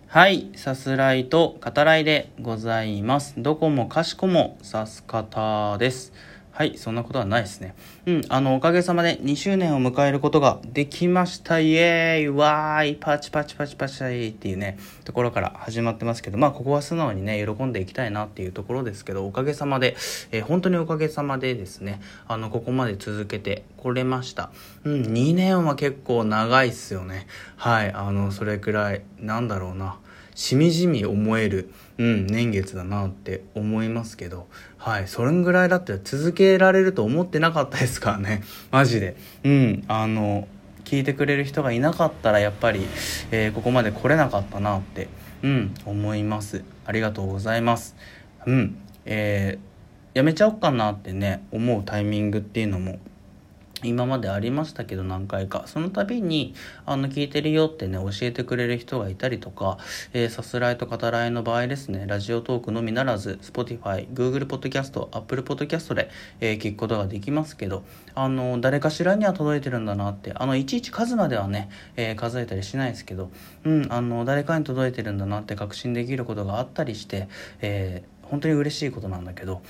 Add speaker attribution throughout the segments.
Speaker 1: はい、さすらいと語らいでございます。どこもかしこもさす方です。はい、そんなことはないですね。おかげさまで2周年を迎えることができました。イエーイわーいパチパチパチパチっていうね、ところから始まってますけど、ここは素直にね、喜んでいきたいなっていうところですけど、おかげさまで、本当におかげさまでですね、ここまで続けてこれました。2年は結構長いっすよね。はい、それくらい、なんだろうな。しみじみ思える、年月だなって思いますけど、はい、それぐらいだったら続けられると思ってなかったですからね、マジで。聞いてくれる人がいなかったらやっぱり、ここまで来れなかったなって、思います。ありがとうございます。やめちゃおうかなってね、思うタイミングっていうのも今までありましたけど、何回かその度に聞いてるよってね教えてくれる人がいたりとか、さすらいと語らいの場合ですね、ラジオトークのみならず Spotify、Google ポッドキャスト、Apple ポッドキャストで、聞くことができますけど、誰かしらには届いてるんだなって、いちいち数まではね、数えたりしないですけど、誰かに届いてるんだなって確信できることがあったりして、本当に嬉しいことなんだけど、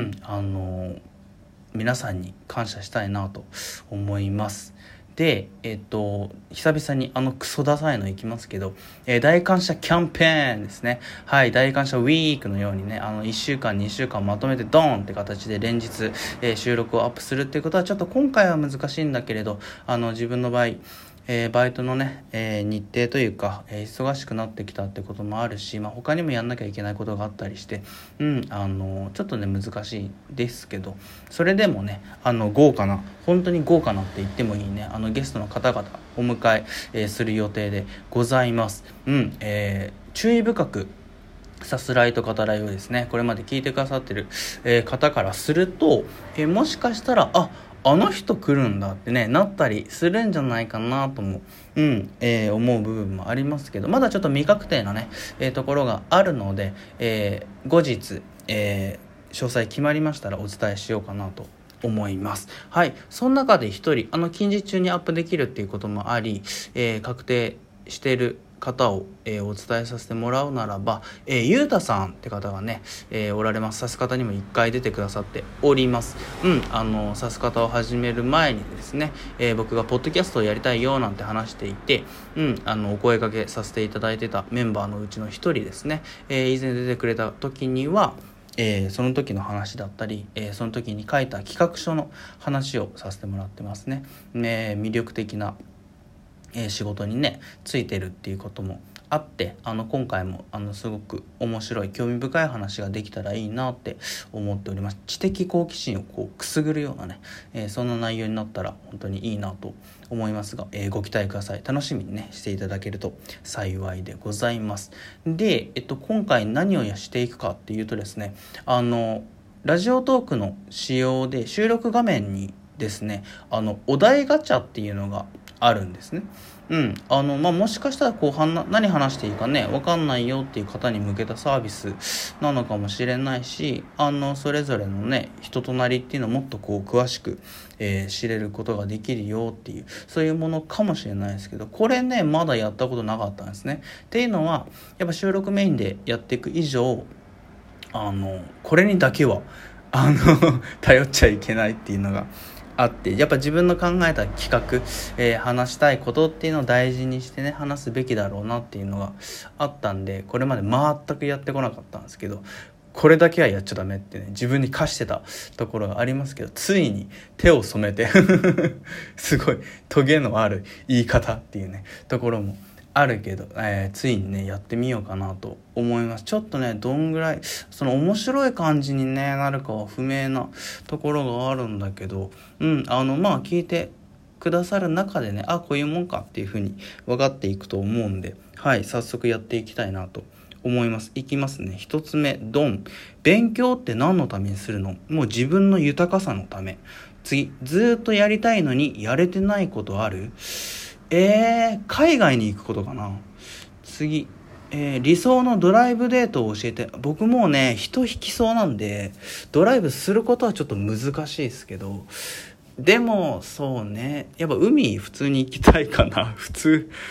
Speaker 1: 皆さんに感謝したいなと思います。で、久々にクソダサいのいきますけど、大感謝キャンペーンですね。はい、大感謝ウィークのようにね、1週間2週間まとめてドーンって形で連日、収録をアップするっていうことはちょっと今回は難しいんだけれど、自分の場合バイトのね、日程というか、忙しくなってきたってこともあるし、他にもやんなきゃいけないことがあったりして、ちょっとね難しいですけど、それでもね豪華な、本当に豪華なって言ってもいいね、ゲストの方々お迎えする予定でございます。注意深くさすらいと語らいをですね、これまで聞いてくださってる、方からすると、もしかしたらあの人来るんだってねなったりするんじゃないかなとも、思う部分もありますけど、まだちょっと未確定なね、ところがあるので、後日、詳細決まりましたらお伝えしようかなと思います。はい、その中で一人近日中にアップできるっていうこともあり、確定している方を、お伝えさせてもらうならば、ゆうたさんって方がね、おられます。さす方にも一回出てくださっております。さす方を始める前にですね、僕がポッドキャストをやりたいよなんて話していて、お声掛けさせていただいてたメンバーのうちの一人ですね、以前出てくれた時にはその時の話だったり、その時に書いた企画書の話をさせてもらってますね。魅力的な仕事にねついてるっていうこともあって、今回もすごく面白い興味深い話ができたらいいなって思っております。知的好奇心をこうくすぐるようなね、そんな内容になったら本当にいいなと思いますが、ご期待ください。楽しみにねしていただけると幸いでございます。で、今回何をしていくかっていうとですね、ラジオトークの仕様で収録画面にですねお題ガチャっていうのがあるんですね。もしかしたら何話していいかね分かんないよっていう方に向けたサービスなのかもしれないし、それぞれのね人となりっていうのをもっと詳しく、知れることができるよっていうそういうものかもしれないですけど、これねまだやったことなかったんですね。っていうのはやっぱ収録メインでやっていく以上これにだけは頼っちゃいけないっていうのがあって、やっぱ自分の考えた企画、話したいことっていうのを大事にしてね話すべきだろうなっていうのがあったんで、これまで全くやってこなかったんですけど、これだけはやっちゃダメってね自分に課してたところがありますけど、ついに手を染めてすごいトゲのある言い方っていうねところもあるけど、ついにねやってみようかなと思います。ちょっとねどんぐらいその面白い感じに、ね、なるかは不明なところがあるんだけど、聞いてくださる中でねこういうもんかっていう風に分かっていくと思うんで、はい早速やっていきたいなと思います。いきますね。一つ目ドン。勉強って何のためにするの？もう自分の豊かさのため。次、ずっとやりたいのにやれてないことある？海外に行くことかな。次、理想のドライブデートを教えて。僕もうね人引きそうなんでドライブすることはちょっと難しいですけど、でもそうねやっぱ海普通に行きたいかな。普通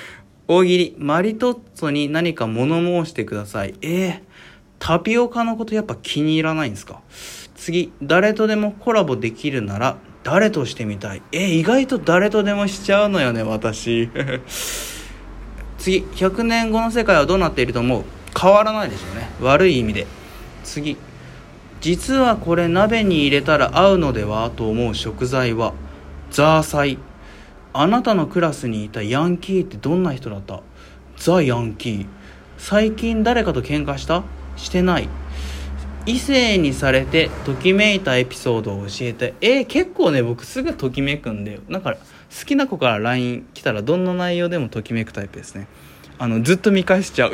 Speaker 1: 大喜利、マリトッツォに何か物申してください。タピオカのことやっぱ気に入らないんですか？次、誰とでもコラボできるなら誰としてみたい？意外と誰とでもしちゃうのよね、私。次、100年後の世界はどうなっていると思う？変わらないでしょうね。悪い意味で。次、実はこれ鍋に入れたら合うのではと思う食材はザーサイ。あなたのクラスにいたヤンキーってどんな人だった？ザ・ヤンキー。最近誰かと喧嘩した？してない。異性にされてときめいたエピソードを教えて。結構ね、僕すぐときめくんで、なんか好きな子から LINE 来たらどんな内容でもときめくタイプですね。ずっと見返しちゃう。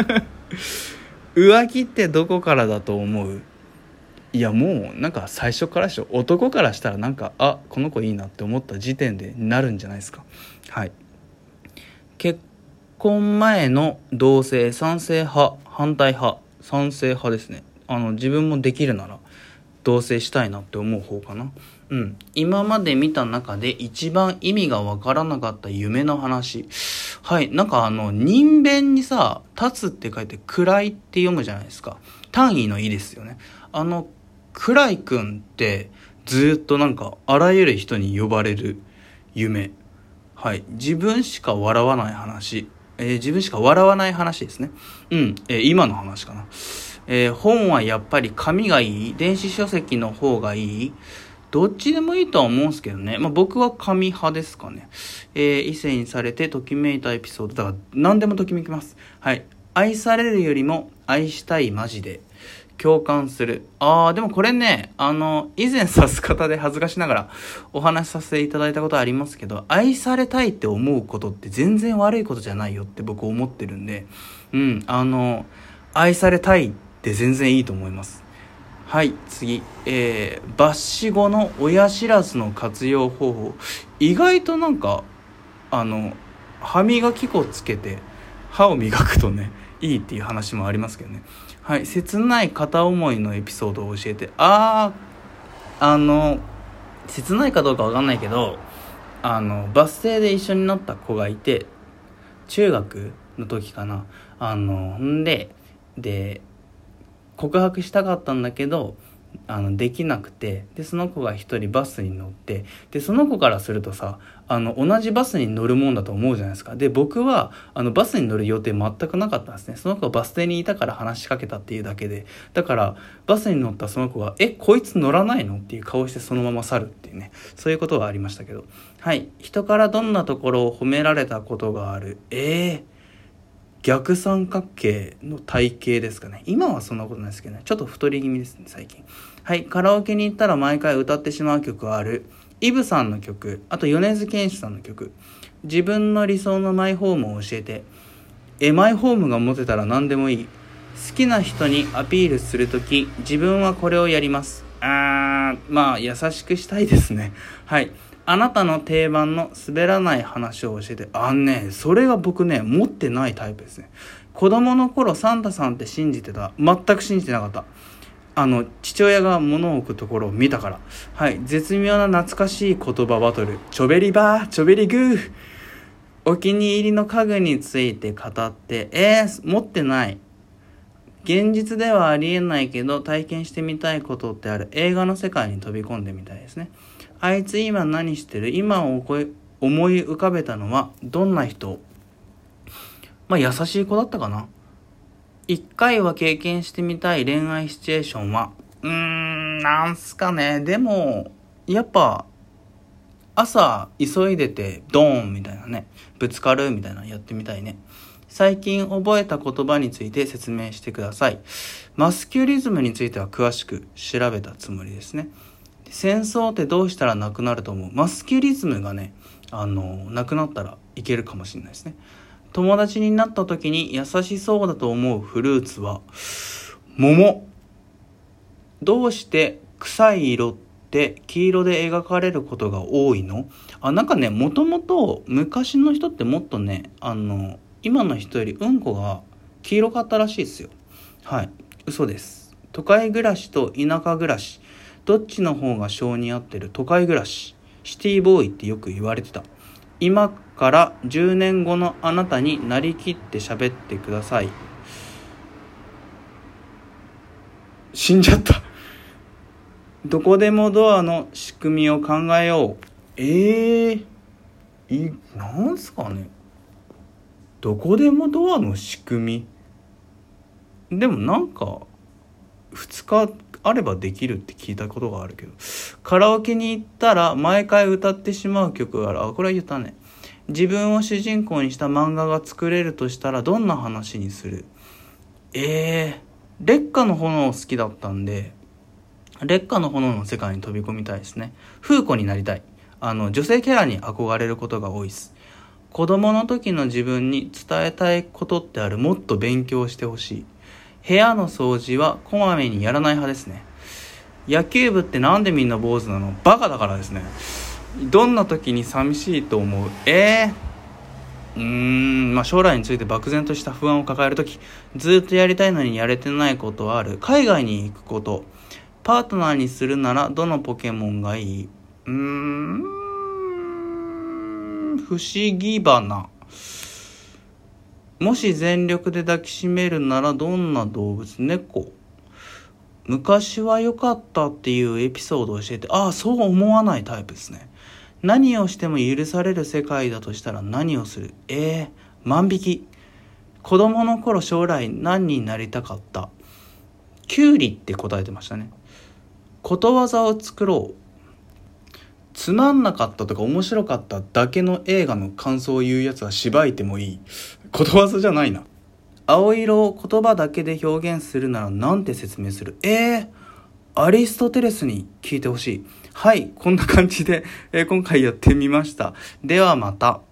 Speaker 1: 浮気ってどこからだと思う？いや、もうなんか最初からでしょ。男からしたらなんかこの子いいなって思った時点でなるんじゃないですか。はい。結婚前の同棲、賛成派反対派？賛成派ですね。自分もできるなら同棲したいなって思う方かな。今まで見た中で一番意味がわからなかった夢の話。はい。なんか人弁にさ、立つって書いて暗いって読むじゃないですか。単位のいいですよね。暗いくんってずっとなんかあらゆる人に呼ばれる夢。はい。自分しか笑わない話。自分しか笑わない話ですね。今の話かな。本はやっぱり紙がいい？電子書籍の方がいい？どっちでもいいとは思うんですけどね。僕は紙派ですかね。異性にされてときめいたエピソード。だから何でもときめきます。はい。愛されるよりも愛したいマジで。共感する。でもこれね、以前指す方で恥ずかしながらお話しさせていただいたことありますけど、愛されたいって思うことって全然悪いことじゃないよって僕思ってるんで、愛されたいって全然いいと思います。はい、次。抜歯後の親知らずの活用方法。意外となんか、歯磨き粉つけて歯を磨くとね、いいっていう話もありますけどね。はい、切ない片思いのエピソードを教えて。切ないかどうかわかんないけど、バス停で一緒になった子がいて、中学の時かな。で告白したかったんだけどできなくて、でその子が一人バスに乗って、でその子からするとさ同じバスに乗るもんだと思うじゃないですか。で僕はバスに乗る予定全くなかったんですね。その子がバス停にいたから話しかけたっていうだけで、だからバスに乗ったその子がこいつ乗らないのっていう顔してそのまま去るっていうね、そういうことがありましたけど。はい。人からどんなところを褒められたことがある？逆三角形の体型ですかね。今はそんなことないですけどね。ちょっと太り気味ですね、最近。はい。カラオケに行ったら毎回歌ってしまう曲はある。イブさんの曲、あと米津玄師さんの曲。自分の理想のマイホームを教えて。マイホームが持てたら何でもいい。好きな人にアピールするとき、自分はこれをやります。優しくしたいですね。はい。あなたの定番の滑らない話を教えて。それが僕ね、持ってないタイプですね。子供の頃サンタさんって信じてた？全く信じてなかった。父親が物を置くところを見たから。はい。絶妙な懐かしい言葉バトル。ちょべりばー、ちょべりぐー。お気に入りの家具について語って。持ってない。現実ではありえないけど体験してみたいことってある。映画の世界に飛び込んでみたいですね。あいつ今何してる？今を思い浮かべたのはどんな人？優しい子だったかな。一回は経験してみたい恋愛シチュエーションはなんすかね。でもやっぱ朝急いでてドーンみたいなね、ぶつかるみたいなのやってみたいね。最近覚えた言葉について説明してください。マスキュリズムについては詳しく調べたつもりですね。戦争ってどうしたらなくなると思う？マスキュリズムがね、なくなったらいけるかもしれないですね。友達になった時に優しそうだと思うフルーツは桃。どうして臭い色って黄色で描かれることが多いの？なんかね、もともと昔の人ってもっとね、今の人よりうんこが黄色かったらしいですよ。はい、嘘です。都会暮らしと田舎暮らし、どっちの方が性に合ってる？都会暮らし。シティボーイってよく言われてた。今から10年後のあなたになりきって喋ってください。死んじゃった。どこでもドアの仕組みを考えよう。なんすかね。どこでもドアの仕組み。でもなんか2日あればできるって聞いたことがあるけど、カラオケに行ったら毎回歌ってしまう曲がある。これは言ったね。自分を主人公にした漫画が作れるとしたらどんな話にする？烈火の炎好きだったんで、烈火の炎の世界に飛び込みたいですね。風子になりたい。女性キャラに憧れることが多いです。子供の時の自分に伝えたいことってある。もっと勉強してほしい。部屋の掃除はこまめにやらない派ですね。野球部ってなんでみんな坊主なの？バカだからですね。どんな時に寂しいと思う？将来について漠然とした不安を抱える時、ずっとやりたいのにやれてないことはある。海外に行くこと。パートナーにするならどのポケモンがいい？不思議花。もし全力で抱きしめるならどんな動物？猫。昔は良かったっていうエピソードを教えて。そう思わないタイプですね。何をしても許される世界だとしたら何をする？万引き。子供の頃将来何になりたかった？キュウリって答えてましたね。ことわざを作ろう。つまんなかったとか面白かっただけの映画の感想を言うやつはしばいてもいい。ことわざじゃないな。青色を言葉だけで表現するならなんて説明する？アリストテレスに聞いてほしい。はい、こんな感じで、今回やってみました。ではまた。